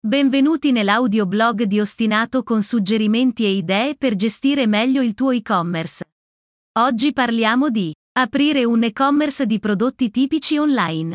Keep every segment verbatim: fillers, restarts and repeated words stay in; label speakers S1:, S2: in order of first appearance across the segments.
S1: Benvenuti nell'audioblog di Ostinato con suggerimenti e idee per gestire meglio il tuo e-commerce. Oggi parliamo di aprire un e-commerce di prodotti tipici online.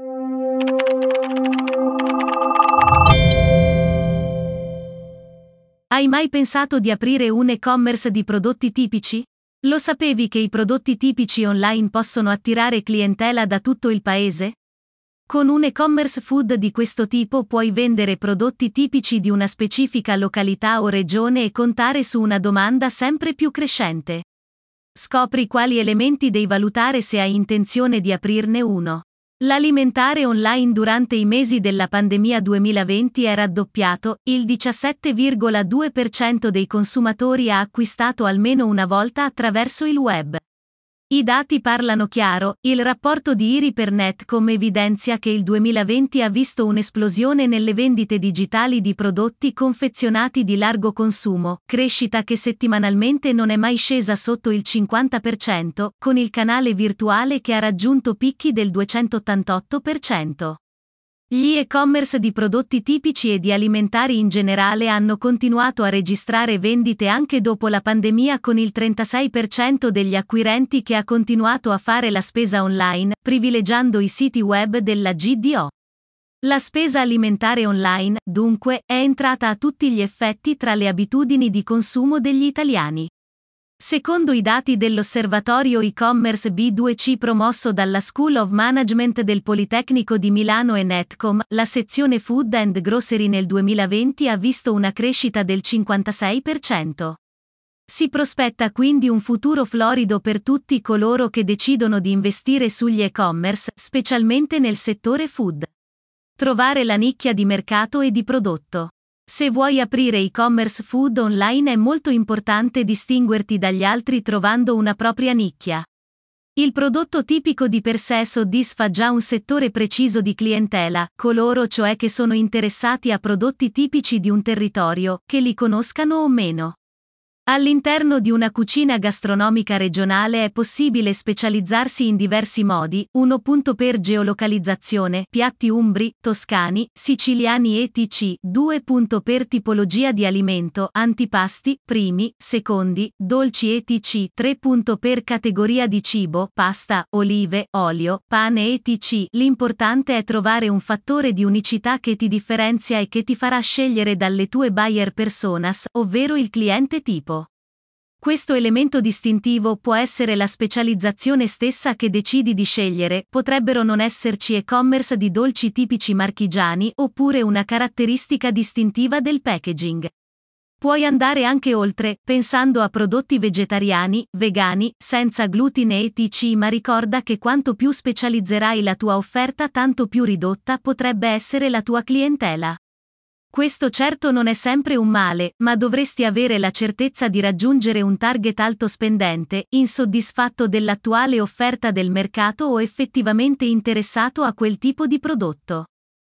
S1: Hai mai pensato di aprire un e-commerce di prodotti tipici? Lo sapevi che i prodotti tipici online possono attirare clientela da tutto il paese? Con un e-commerce food di questo tipo puoi vendere prodotti tipici di una specifica località o regione e contare su una domanda sempre più crescente. Scopri quali elementi devi valutare se hai intenzione di aprirne uno. L'alimentare online durante i mesi della pandemia duemilaventi è raddoppiato, il diciassette virgola due per cento dei consumatori ha acquistato almeno una volta attraverso il web. I dati parlano chiaro, il rapporto di I R I per Netcom evidenzia che il duemilaventi ha visto un'esplosione nelle vendite digitali di prodotti confezionati di largo consumo, crescita che settimanalmente non è mai scesa sotto il cinquanta per cento, con il canale virtuale che ha raggiunto picchi del duecentottantotto per cento. Gli e-commerce di prodotti tipici e di alimentari in generale hanno continuato a registrare vendite anche dopo la pandemia, con il trentasei per cento degli acquirenti che ha continuato a fare la spesa online, privilegiando i siti web della G D O. La spesa alimentare online, dunque, è entrata a tutti gli effetti tra le abitudini di consumo degli italiani. Secondo i dati dell'osservatorio e-commerce B due C promosso dalla School of Management del Politecnico di Milano e Netcom, la sezione Food and Grocery nel duemilaventi ha visto una crescita del cinquantasei per cento. Si prospetta quindi un futuro florido per tutti coloro che decidono di investire sugli e-commerce, specialmente nel settore food. Trovare la nicchia di mercato e di prodotto. Se vuoi aprire e-commerce food online è molto importante distinguerti dagli altri trovando una propria nicchia. Il prodotto tipico di per sé soddisfa già un settore preciso di clientela, coloro cioè che sono interessati a prodotti tipici di un territorio, che li conoscano o meno. All'interno di una cucina gastronomica regionale è possibile specializzarsi in diversi modi, uno per geolocalizzazione, piatti umbri, toscani, siciliani et cetera, due per tipologia di alimento, antipasti, primi, secondi, dolci et cetera, tre per categoria di cibo, pasta, olive, olio, pane et cetera. L'importante è trovare un fattore di unicità che ti differenzia e che ti farà scegliere dalle tue buyer personas, ovvero il cliente tipo. Questo elemento distintivo può essere la specializzazione stessa che decidi di scegliere, potrebbero non esserci e-commerce di dolci tipici marchigiani oppure una caratteristica distintiva del packaging. Puoi andare anche oltre, pensando a prodotti vegetariani, vegani, senza glutine et cetera, ma ricorda che quanto più specializzerai la tua offerta tanto più ridotta potrebbe essere la tua clientela. Questo certo non è sempre un male, ma dovresti avere la certezza di raggiungere un target alto spendente, insoddisfatto dell'attuale offerta del mercato o effettivamente interessato a quel tipo di prodotto.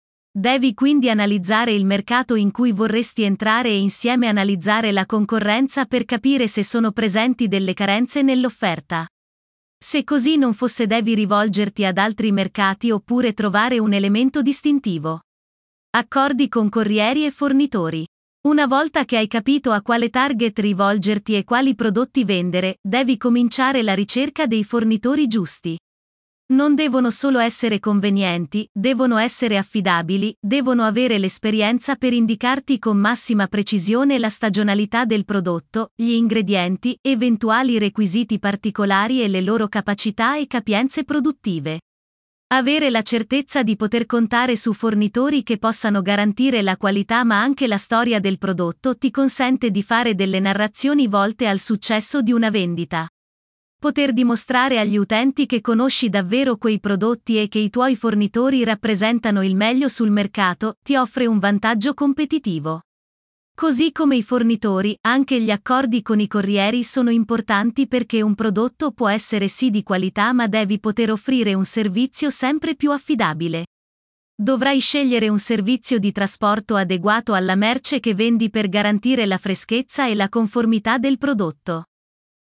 S1: Devi quindi analizzare il mercato in cui vorresti entrare e insieme analizzare la concorrenza per capire se sono presenti delle carenze nell'offerta. Se così non fosse, devi rivolgerti ad altri mercati oppure trovare un elemento distintivo. Accordi con corrieri e fornitori. Una volta che hai capito a quale target rivolgerti e quali prodotti vendere, devi cominciare la ricerca dei fornitori giusti. Non devono solo essere convenienti, devono essere affidabili, devono avere l'esperienza per indicarti con massima precisione la stagionalità del prodotto, gli ingredienti, eventuali requisiti particolari e le loro capacità e capienze produttive. Avere la certezza di poter contare su fornitori che possano garantire la qualità ma anche la storia del prodotto ti consente di fare delle narrazioni volte al successo di una vendita. Poter dimostrare agli utenti che conosci davvero quei prodotti e che i tuoi fornitori rappresentano il meglio sul mercato ti offre un vantaggio competitivo. Così come i fornitori, anche gli accordi con i corrieri sono importanti perché un prodotto può essere sì di qualità ma devi poter offrire un servizio sempre più affidabile. Dovrai scegliere un servizio di trasporto adeguato alla merce che vendi per garantire la freschezza e la conformità del prodotto.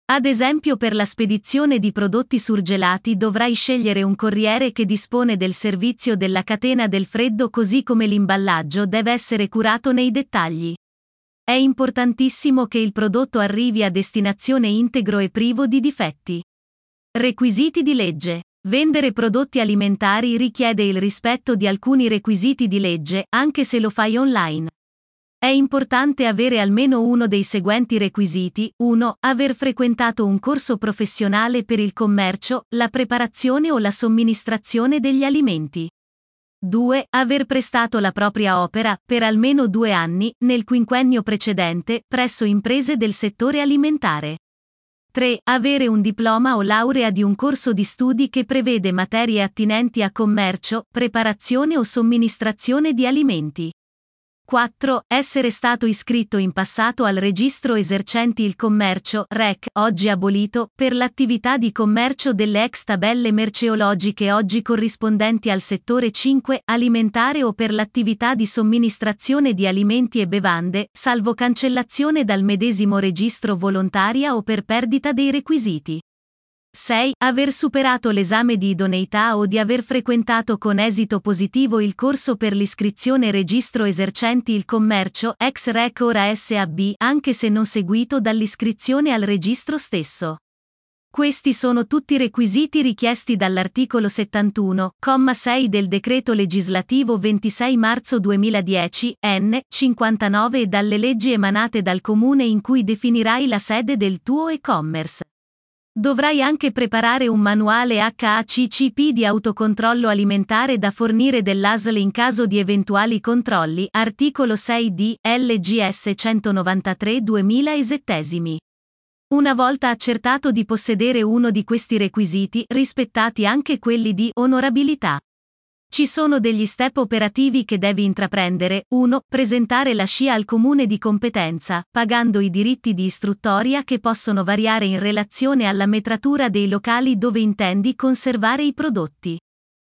S1: Ad esempio, per la spedizione di prodotti surgelati dovrai scegliere un corriere che dispone del servizio della catena del freddo, così come l'imballaggio deve essere curato nei dettagli. È importantissimo che il prodotto arrivi a destinazione integro e privo di difetti. Requisiti di legge. Vendere prodotti alimentari richiede il rispetto di alcuni requisiti di legge, anche se lo fai online. È importante avere almeno uno dei seguenti requisiti: uno. Aver frequentato un corso professionale per il commercio, la preparazione o la somministrazione degli alimenti. due. Aver prestato la propria opera, per almeno due anni, nel quinquennio precedente, presso imprese del settore alimentare. tre. Avere un diploma o laurea di un corso di studi che prevede materie attinenti a commercio, preparazione o somministrazione di alimenti. quattro. Essere stato iscritto in passato al Registro Esercenti il Commercio, R E C, oggi abolito, per l'attività di commercio delle ex tabelle merceologiche oggi corrispondenti al settore cinque, alimentare, o per l'attività di somministrazione di alimenti e bevande, salvo cancellazione dal medesimo registro volontaria o per perdita dei requisiti. sei. Aver superato l'esame di idoneità o di aver frequentato con esito positivo il corso per l'iscrizione Registro Esercenti il Commercio, ex R E C ora S A B, anche se non seguito dall'iscrizione al registro stesso. Questi sono tutti requisiti richiesti dall'articolo settantuno, comma sei del Decreto Legislativo ventisei marzo duemiladieci, N. cinquantanove e dalle leggi emanate dal Comune in cui definirai la sede del tuo e-commerce. Dovrai anche preparare un manuale H A C C P di autocontrollo alimentare da fornire dell'A S L in caso di eventuali controlli, articolo sei D, L G S centonovantatré duemila esettesimi. Una volta accertato di possedere uno di questi requisiti, rispettati anche quelli di onorabilità. Ci sono degli step operativi che devi intraprendere. uno. Presentare la S C I A al comune di competenza, pagando i diritti di istruttoria che possono variare in relazione alla metratura dei locali dove intendi conservare i prodotti.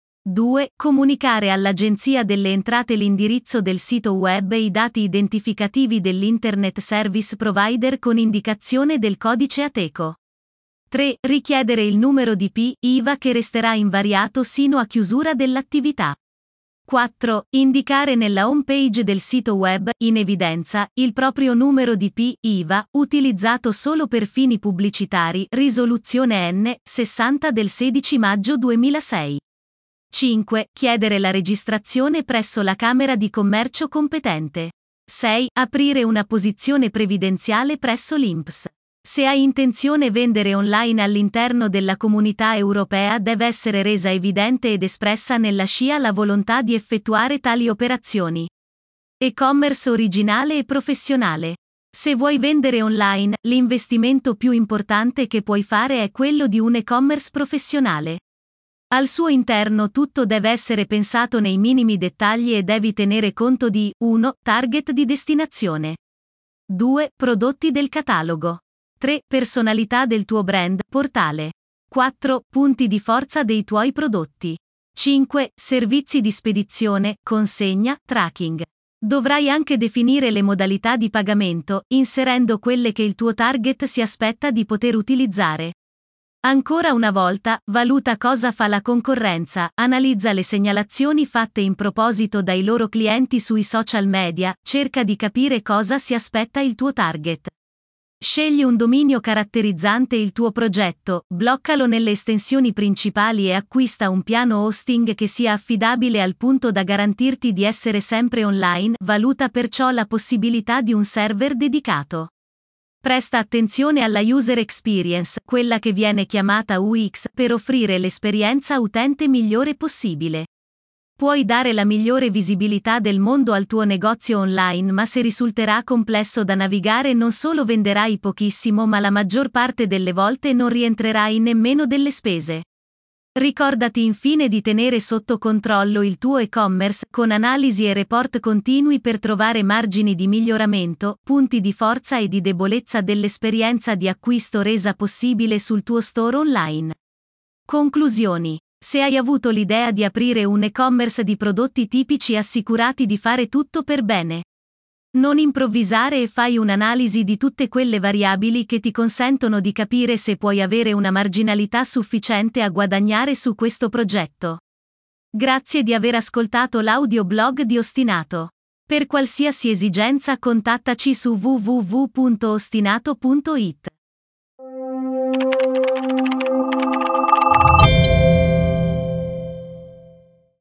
S1: due. Comunicare all'Agenzia delle Entrate l'indirizzo del sito web e i dati identificativi dell'Internet Service Provider con indicazione del codice ATECO. tre. Richiedere il numero di P I V A che resterà invariato sino a chiusura dell'attività. quattro. Indicare nella home page del sito web, in evidenza, il proprio numero di P I V A, utilizzato solo per fini pubblicitari, risoluzione N. sessanta del sedici maggio duemilasei. cinque. Chiedere la registrazione presso la Camera di Commercio competente. sei. Aprire una posizione previdenziale presso l'I N P S. Se hai intenzione vendere online all'interno della Comunità Europea, deve essere resa evidente ed espressa nella S C I A la volontà di effettuare tali operazioni. E-commerce originale e professionale. Se vuoi vendere online, l'investimento più importante che puoi fare è quello di un e-commerce professionale. Al suo interno tutto deve essere pensato nei minimi dettagli e devi tenere conto di uno. Target di destinazione. due. Prodotti del catalogo. tre. Personalità del tuo brand, portale. quattro. Punti di forza dei tuoi prodotti. cinque. Servizi di spedizione, consegna, tracking. Dovrai anche definire le modalità di pagamento, inserendo quelle che il tuo target si aspetta di poter utilizzare. Ancora una volta, valuta cosa fa la concorrenza, analizza le segnalazioni fatte in proposito dai loro clienti sui social media, cerca di capire cosa si aspetta il tuo target. Scegli un dominio caratterizzante il tuo progetto, bloccalo nelle estensioni principali e acquista un piano hosting che sia affidabile al punto da garantirti di essere sempre online, valuta perciò la possibilità di un server dedicato. Presta attenzione alla user experience, quella che viene chiamata U X, per offrire l'esperienza utente migliore possibile. Puoi dare la migliore visibilità del mondo al tuo negozio online, ma se risulterà complesso da navigare non solo venderai pochissimo, ma la maggior parte delle volte non rientrerai nemmeno delle spese. Ricordati infine di tenere sotto controllo il tuo e-commerce, con analisi e report continui per trovare margini di miglioramento, punti di forza e di debolezza dell'esperienza di acquisto resa possibile sul tuo store online. Conclusioni. Se hai avuto l'idea di aprire un e-commerce di prodotti tipici, assicurati di fare tutto per bene. Non improvvisare e fai un'analisi di tutte quelle variabili che ti consentono di capire se puoi avere una marginalità sufficiente a guadagnare su questo progetto. Grazie di aver ascoltato l'audioblog di Ostinato. Per qualsiasi esigenza contattaci su w w w punto ostinato punto it.